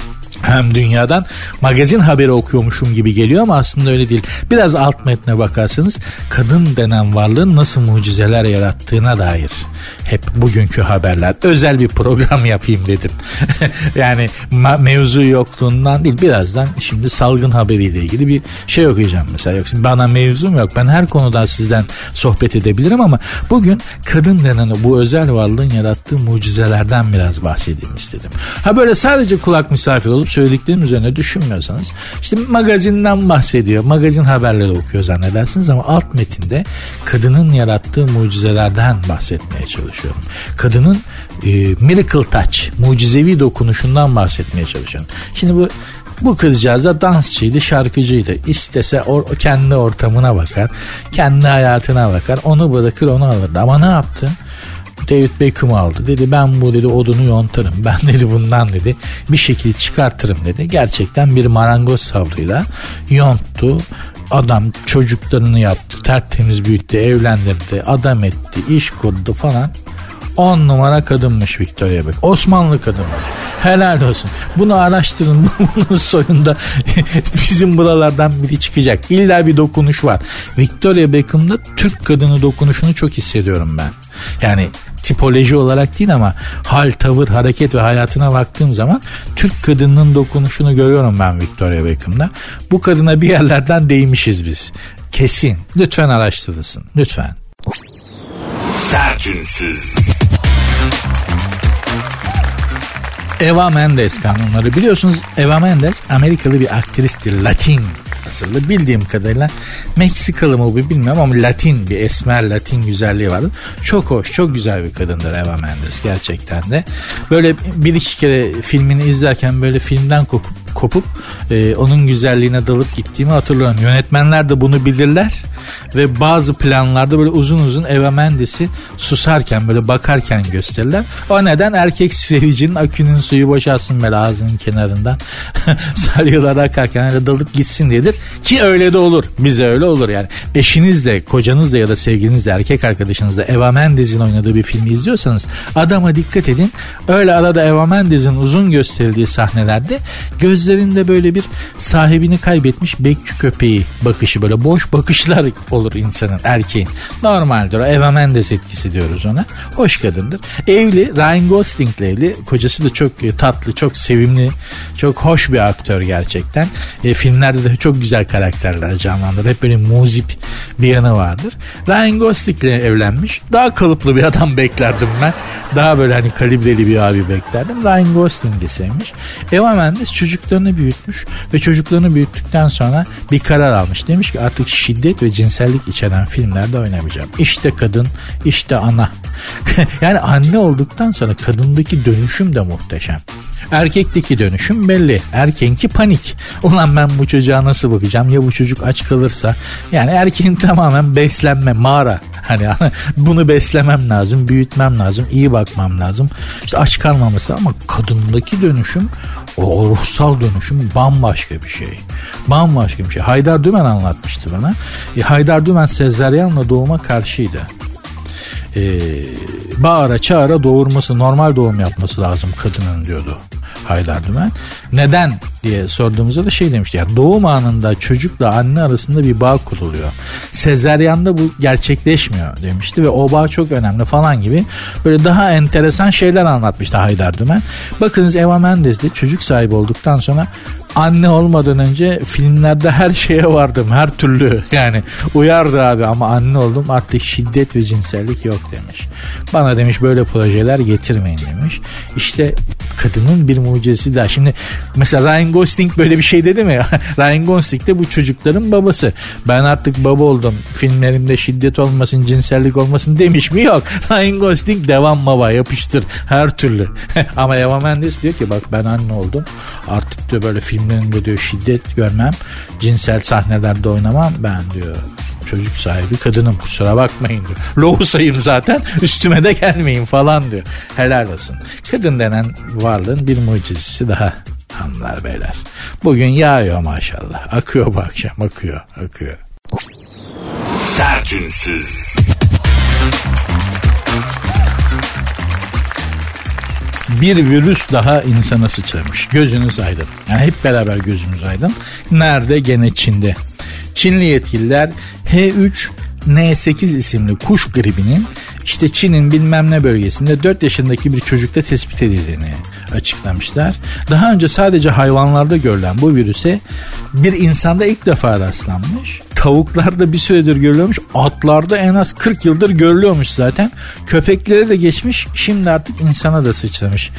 hem dünyadan magazin haberi okuyormuşum gibi geliyor ama aslında öyle değil. Biraz alt metne bakarsanız kadın denen varlığın nasıl mucizeler yarattığına dair hep bugünkü haberler. Özel bir program yapayım dedim. Yani mevzu yokluğundan değil, birazdan şimdi salgın haberiyle ilgili bir şey okuyacağım mesela. Yoksa bana mevzum yok. Ben her konuda sizden sohbet edebilirim ama bugün kadın denen bu özel varlığın yarattığı mucizelerden biraz bahsedeyim istedim. Ha böyle sadece kulak misafir olup söylediklerim üzerine düşünmüyorsanız, işte magazinden bahsediyor. Magazin haberleri okuyor zannedersiniz ama alt metinde kadının yarattığı mucizelerden bahsetmeye çalışıyorum. Kadının miracle touch, mucizevi dokunuşundan bahsetmeye çalışıyorum. Şimdi bu kızcağız da dansçıydı, şarkıcıydı. İstese kendi ortamına bakar, kendi hayatına bakar, onu bırakır, onu alırdı. Ama ne yaptı? David Beckham'ı aldı. Dedi ben bu dedi odunu yontarım. Ben dedi bundan dedi bir şekilde çıkartırım dedi. Gerçekten bir marangoz sabrıyla yonttu. Adam çocuklarını yaptı, tertemiz büyüttü, evlendirdi, adam etti, iş kurdu falan. 10 numara kadınmış Victoria Beckham. Osmanlı kadınmış. Helal olsun. Bunu araştırın. Bunun sonunda bizim buralardan biri çıkacak. İlla bir dokunuş var. Victoria Beckham'da Türk kadını dokunuşunu çok hissediyorum ben. Yani tipoloji olarak değil ama hal, tavır, hareket ve hayatına baktığım zaman Türk kadının dokunuşunu görüyorum ben Victoria Beckham'da. Bu kadına bir yerlerden değmişiz biz. Kesin. Lütfen araştırılsın. Lütfen. Sertünsüz. Eva Mendes kanunları biliyorsunuz. Eva Mendes Amerikalı bir aktristir. Latin asıllı, bildiğim kadarıyla Meksikalı mı bu bilmiyorum ama Latin, bir esmer Latin güzelliği vardı. Çok hoş, çok güzel bir kadındır Eva Mendes gerçekten de. Böyle bir iki kere filmini izlerken böyle filmden kopup onun güzelliğine dalıp gittiğimi hatırlıyorum. Yönetmenler de bunu bilirler ve bazı planlarda böyle uzun uzun Eva Mendes'i susarken böyle bakarken gösterirler. O neden erkek sevicinin akünün suyu boşalsın böyle ağzının kenarından salyalar akarken öyle dalıp gitsin diyedir ki öyle de olur. Bize öyle olur yani. Eşinizle, kocanızla ya da sevgilinizle, erkek arkadaşınızla Eva Mendes'in oynadığı bir filmi izliyorsanız adama dikkat edin. Öyle arada Eva Mendes'in uzun gösterildiği sahnelerde gözlerinde böyle bir sahibini kaybetmiş bekçi köpeği bakışı, böyle boş bakışlar olur insanın, erkeğin. Normaldir o, Eva Mendes etkisi diyoruz ona. Hoş kadındır. Evli, Ryan Gosling'le evli. Kocası da çok tatlı, çok sevimli, çok hoş bir aktör gerçekten. Filmlerde de çok güzel karakterler canlandırır. Hep böyle muzip bir yanı vardır. Ryan Gosling'le evlenmiş. Daha kalıplı bir adam beklerdim ben. Daha böyle hani kalibreli bir abi beklerdim. Ryan Gosling'i sevmiş. Eva Mendes çocuklarını büyütmüş ve çocuklarını büyüttükten sonra bir karar almış. Demiş ki artık şiddet ve cinsellik içeren filmlerde oynamayacağım. İşte kadın, işte ana. Yani anne olduktan sonra kadındaki dönüşüm de muhteşem. Erkekteki dönüşüm belli. Erkeğinki panik. Ulan ben bu çocuğa nasıl bakacağım? Ya bu çocuk aç kalırsa? Yani erkeğin tamamen beslenme, mağara. Hani bunu beslemem lazım, büyütmem lazım, iyi bakmam lazım. İşte aç kalmaması, ama kadındaki dönüşüm, o ruhsal dönüşüm bambaşka bir şey. Bambaşka bir şey. Haydar Dümen anlatmıştı bana. Haydar Dümen sezaryenle doğuma karşıydı. Bağıra çağıra doğurması, normal doğum yapması lazım kadının diyordu Haydar Dümen. Neden diye sorduğumuzda da şey demişti. Yani doğum anında çocukla anne arasında bir bağ kuruluyor. Sezaryanda bu gerçekleşmiyor demişti ve o bağ çok önemli falan gibi böyle daha enteresan şeyler anlatmıştı Haydar Dümen. Bakınız Eva Mendes de çocuk sahibi olduktan sonra anne olmadan önce filmlerde her şeye vardım, her türlü yani uyardı abi, ama anne oldum artık şiddet ve cinsellik yok demiş. Bana demiş böyle projeler getirmeyin demiş. İşte kadının bir mucizesi daha. Şimdi mesela Ryan Gosling böyle bir şey dedi mi? Ryan Gosling de bu çocukların babası. Ben artık baba oldum, filmlerimde şiddet olmasın, cinsellik olmasın demiş mi? Yok. Ryan Gosling devam baba, yapıştır her türlü. Ama Eva Mendes diyor ki bak ben anne oldum, artık diyor böyle filmlerinde diyor şiddet görmem, cinsel sahnelerde oynamam, ben diyor çocuk sahibi kadınım, kusura bakmayın diyor. Lohusayım zaten, üstüme de gelmeyin falan diyor. Helal olsun. Kadın denen varlığın bir mucizesi daha hanımlar beyler. Bugün yağıyor maşallah. Akıyor bu akşam, akıyor. Sertünsüz. bir virüs daha insana sıçramış. Gözünüz aydın. Yani hep beraber gözümüz aydın. Nerede? Gene Çin'de. Çinli yetkililer H3N8 isimli kuş gribinin işte Çin'in bilmem ne bölgesinde 4 yaşındaki bir çocukta tespit edildiğini açıklamışlar. Daha önce sadece hayvanlarda görülen bu virüse bir insanda ilk defa rastlanmış. Tavuklarda bir süredir görülüyormuş. Atlarda en az 40 yıldır görülüyormuş zaten. Köpeklere de geçmiş. Şimdi artık insana da sıçramış.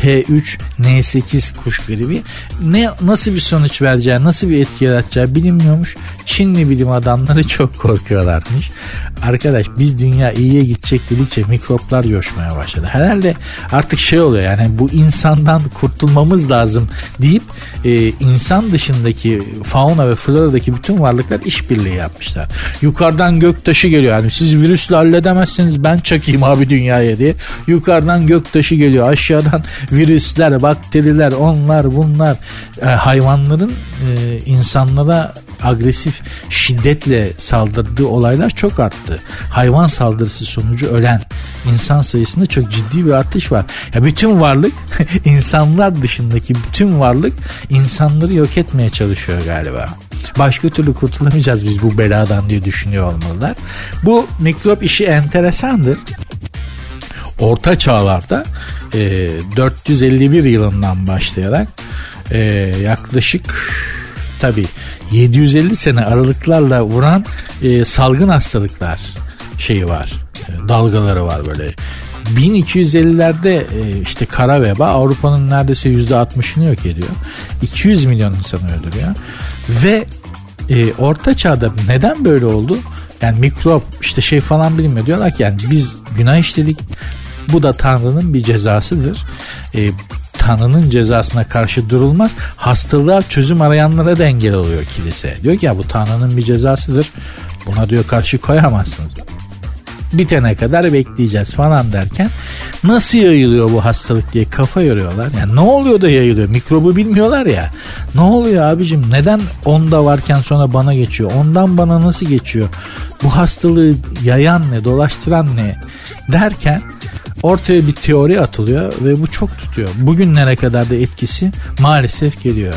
H3N8 kuş gribi. Nasıl bir sonuç vereceği, nasıl bir etki yaratacağı bilinmiyormuş. Çinli bilim adamları çok korkuyorlarmış. Arkadaş biz dünya iyiye gidecek dedikçe mikroplar coşmaya başladı. Herhalde artık şey oluyor yani bu insandan kurtulmamız lazım deyip insan dışındaki fauna ve floradaki bütün varlıklar işbirliği yapmışlar. Yukarıdan göktaşı geliyor. Yani siz virüsle halledemezsiniz ben çakayım abi dünyaya diye. Yukarıdan göktaşı geliyor. Aşağıdan virüsler, bakteriler, onlar bunlar. Hayvanların insanlara agresif şiddetle saldırdığı olaylar çok arttı. Hayvan saldırısı sonucu ölen insan sayısında çok ciddi bir artış var. Ya bütün varlık insanlar dışındaki bütün varlık insanları yok etmeye çalışıyor galiba. Başka türlü kurtulamayacağız biz bu beladan diye düşünüyor olmalılar. Bu mikrop işi enteresandır. Orta çağlarda 451 yılından başlayarak yaklaşık tabii 750 sene aralıklarla vuran salgın hastalıklar şeyi var. Dalgaları var böyle. 1250'lerde işte kara veba Avrupa'nın neredeyse %60'ını yok ediyor. 200 milyon insanı öldürüyor. Ve Orta Çağ'da neden böyle oldu? Yani mikrop işte şey falan bilinmiyor. Diyorlar ki yani biz günah işledik. Bu da Tanrı'nın bir cezasıdır. Tanrı'nın cezasına karşı durulmaz. Hastalığa çözüm arayanlara da engel oluyor kilise. Diyor ki ya bu Tanrı'nın bir cezasıdır. Buna diyor karşı koyamazsınız. Bitene kadar bekleyeceğiz falan derken nasıl yayılıyor bu hastalık diye kafa yoruyorlar. Yani ne oluyor da yayılıyor? Mikrobu bilmiyorlar ya. Ne oluyor abicim? Neden onda varken sonra bana geçiyor? Ondan bana nasıl geçiyor? Bu hastalığı yayan ne? Dolaştıran ne? Derken ortaya bir teori atılıyor ve bu çok tutuyor. Bugünlere kadar da etkisi maalesef geliyor.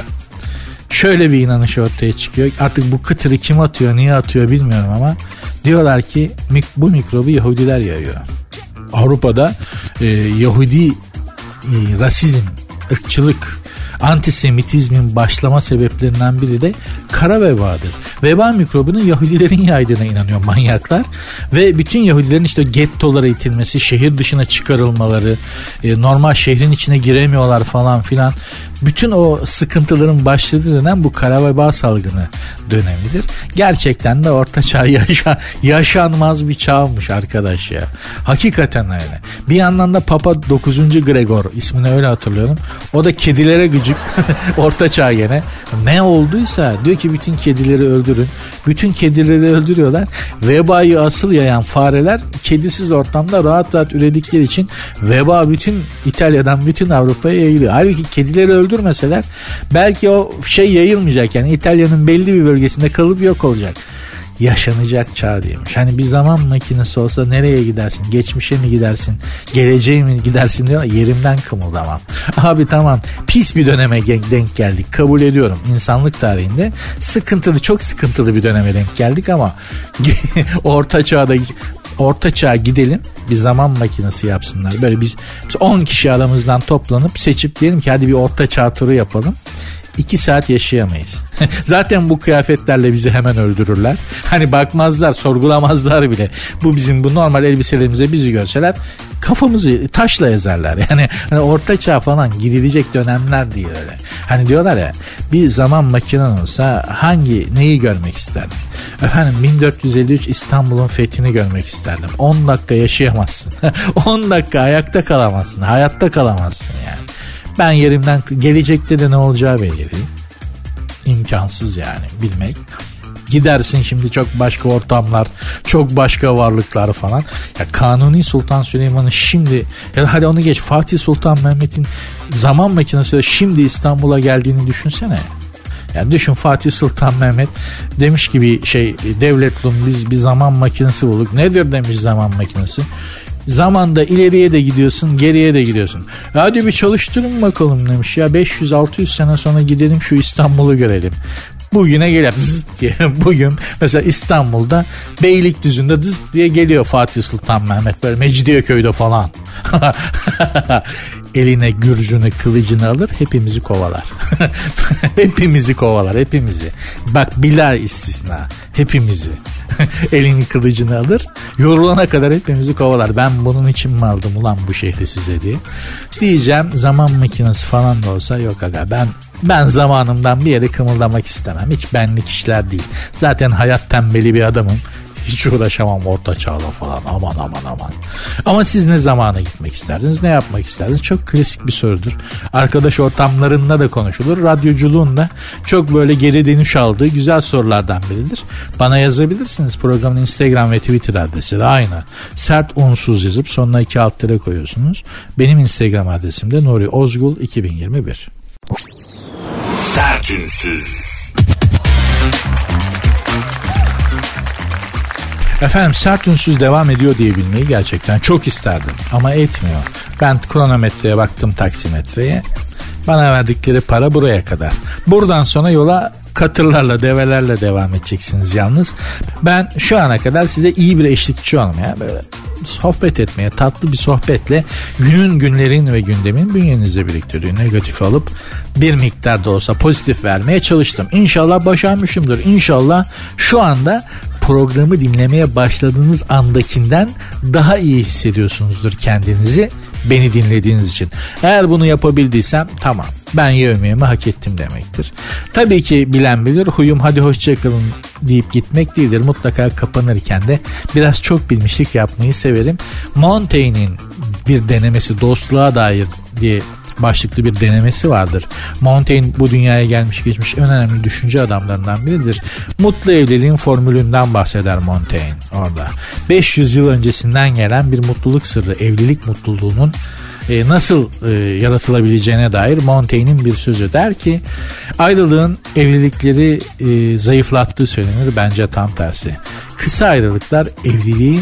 Şöyle bir inanış ortaya çıkıyor. Artık bu kıtırı kim atıyor, niye atıyor bilmiyorum ama diyorlar ki bu mikrobu Yahudiler yayıyor. Avrupa'da Yahudi rasizm, ırkçılık, antisemitizmin başlama sebeplerinden biri de kara vebadır. Veba mikrobunun Yahudilerin yaydığına inanıyor manyaklar ve bütün Yahudilerin işte gettolara itilmesi, şehir dışına çıkarılmaları, normal şehrin içine giremiyorlar falan filan. Bütün o sıkıntıların başladığı dönem bu kara veba salgını dönemidir. Gerçekten de Orta Çağ yaşanmaz bir çağmış arkadaş ya. Hakikaten öyle. Bir yandan da Papa 9. Gregor ismini öyle hatırlıyorum. O da kedilere gıcık. Orta Çağ gene. Ne olduysa diyor ki bütün kedileri öldürün. Bütün kedileri öldürüyorlar. Vebayı asıl yayan fareler kedisiz ortamda rahat rahat üredikleri için veba bütün İtalya'dan bütün Avrupa'ya yayılıyor. Halbuki kedileri öldürmeseler belki o şey yayılmayacak. Yani İtalya'nın belli bir bölgesinde kalıp yok olacak. Yaşanacak çağ diyormuş. Hani bir zaman makinesi olsa nereye gidersin? Geçmişe mi gidersin? Geleceğe mi gidersin diyor. Yerimden kımıldamam. Abi tamam pis bir döneme denk geldik. Kabul ediyorum. İnsanlık tarihinde sıkıntılı, çok sıkıntılı bir döneme denk geldik ama Orta Çağ'a gidelim, bir zaman makinesi yapsınlar. Böyle biz 10 kişi aramızdan toplanıp seçip diyelim ki hadi bir Orta Çağ turu yapalım. 2 saat yaşayamayız. Zaten bu kıyafetlerle bizi hemen öldürürler. Hani bakmazlar, sorgulamazlar bile. Bu normal elbiselerimize bizi görseler kafamızı taşla ezerler. Yani hani Orta Çağ falan gidilecek dönemler değil öyle. Hani diyorlar ya bir zaman makinen olsa neyi görmek isterdin? Efendim 1453 İstanbul'un fethini görmek isterdim. 10 dakika yaşayamazsın. 10 dakika ayakta kalamazsın. Hayatta kalamazsın yani. Ben yerimden gelecekte de ne olacağı belli değil. İmkansız yani bilmek. Gidersin şimdi çok başka ortamlar, çok başka varlıklar falan. Ya Kanuni Sultan Süleyman'ın şimdi ya hadi onu geç Fatih Sultan Mehmet'in zaman makinesiyle şimdi İstanbul'a geldiğini düşünsene. Yani düşün Fatih Sultan Mehmet demiş ki bir devletlum biz bir zaman makinesi bulduk. Nedir demiş zaman makinesi? Zamanda ileriye de gidiyorsun, geriye de gidiyorsun. Hadi bir çalıştırın bakalım demiş ya, 500-600 sene sonra gidelim şu İstanbul'u görelim. Bugüne gelelim zıt diye. Bugün mesela İstanbul'da Beylikdüzü'nde zıt diye geliyor Fatih Sultan Mehmet, böyle Mecidiyeköy'de falan. Eline gürcünü, kılıcını alır, hepimizi kovalar. Hepimizi kovalar, hepimizi. Bak Bilal istisna, hepimizi. Elini kılıcını alır, yorulana kadar hepimizi kovalar. Ben bunun için mi aldım ulan bu şehri size diye. Diyeceğim, zaman makinesi falan da olsa yok aga, ben zamanımdan bir yere kımıldamak istemem. Hiç benlik işler değil. Zaten hayat tembeli bir adamım. Hiç uğraşamam orta çağla falan, aman. Ama siz ne zamana gitmek isterdiniz, ne yapmak isterdiniz? Çok klasik bir sorudur. Arkadaş ortamlarında da konuşulur. Radyoculuğun da çok böyle geri dönüş aldığı güzel sorulardan biridir. Bana yazabilirsiniz. Programın Instagram ve Twitter adresi de aynı. Sert unsuz yazıp sonuna 2 alt tere koyuyorsunuz. Benim Instagram adresim de Nuri Ozgul 2021. Sert unsuz. Efendim, sert unsuz devam ediyor diyebilmeyi gerçekten çok isterdim ama etmiyor. Ben kronometreye baktım, taksimetreye. Bana verdikleri para buraya kadar. Buradan sonra yola katırlarla, develerle devam edeceksiniz yalnız. Ben şu ana kadar size iyi bir eşlikçi olmaya, böyle sohbet etmeye, tatlı bir sohbetle günlerin ve gündemin bünyenizde biriktirdiği negatifi alıp bir miktar da olsa pozitif vermeye çalıştım. İnşallah başarmışımdır. İnşallah şu anda programı dinlemeye başladığınız andakinden daha iyi hissediyorsunuzdur kendinizi beni dinlediğiniz için. Eğer bunu yapabildiysem tamam, ben yevmiyemi hak ettim demektir. Tabii ki bilen bilir, huyum hadi hoşçakalın deyip gitmek değildir. Mutlaka kapanırken de biraz çok bilmişlik yapmayı severim. Montaigne'in bir denemesi, dostluğa dair diye başlıklı bir denemesi vardır. Montaigne bu dünyaya gelmiş geçmiş en önemli düşünce adamlarından biridir. Mutlu evliliğin formülünden bahseder Montaigne orada. 500 yıl öncesinden gelen bir mutluluk sırrı, evlilik mutluluğunun nasıl yaratılabileceğine dair Montaigne'in bir sözü. Der ki, ayrılığın evlilikleri zayıflattığı söylenir, bence tam tersi. Kısa ayrılıklar evliliği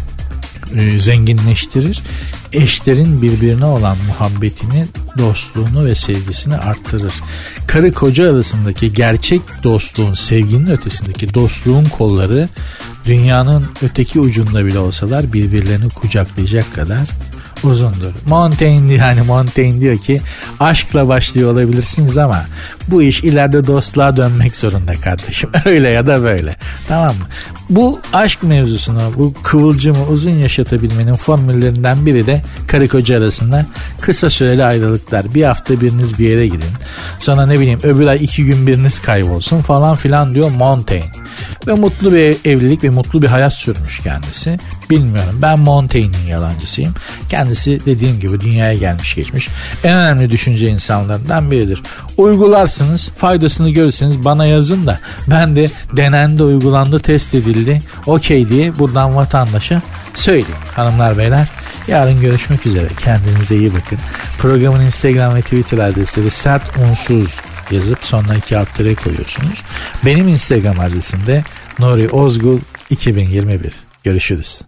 zenginleştirir. Eşlerin birbirine olan muhabbetini, dostluğunu ve sevgisini arttırır. Karı koca arasındaki gerçek dostluğun, sevginin ötesindeki dostluğun kolları dünyanın öteki ucunda bile olsalar birbirlerini kucaklayacak kadar uzundur. Montaigne diyor ki, aşkla başlıyor olabilirsiniz ama bu iş ileride dostluğa dönmek zorunda kardeşim. Öyle ya da böyle. Tamam mı? Bu aşk mevzusunu, bu kıvılcımı uzun yaşatabilmenin formüllerinden biri de karı koca arasında kısa süreli ayrılıklar. Bir hafta biriniz bir yere gidin. Sonra ne bileyim öbür ay 2 gün biriniz kaybolsun falan filan diyor Montaigne. Ve mutlu bir evlilik ve mutlu bir hayat sürmüş kendisi. Bilmiyorum, ben Montaigne'in yalancısıyım. Kendisi dediğim gibi dünyaya gelmiş geçmiş en önemli düşünce insanlarından biridir. Uygularsınız, faydasını görürseniz bana yazın da ben de denendi, uygulandı, test edildi, okey diye buradan vatandaşa söyleyeyim. Hanımlar beyler, yarın görüşmek üzere. Kendinize iyi bakın. Programın Instagram ve Twitter adresleri sert unsuz yazıp sonuna 2 alt tere koyuyorsunuz. Benim Instagram adresim de Nuri Ozgul 2021. Görüşürüz.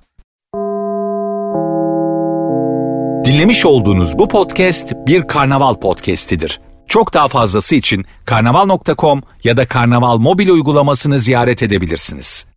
Dinlemiş olduğunuz bu podcast bir Karnaval podcastidir. Çok daha fazlası için karnaval.com ya da Karnaval mobil uygulamasını ziyaret edebilirsiniz.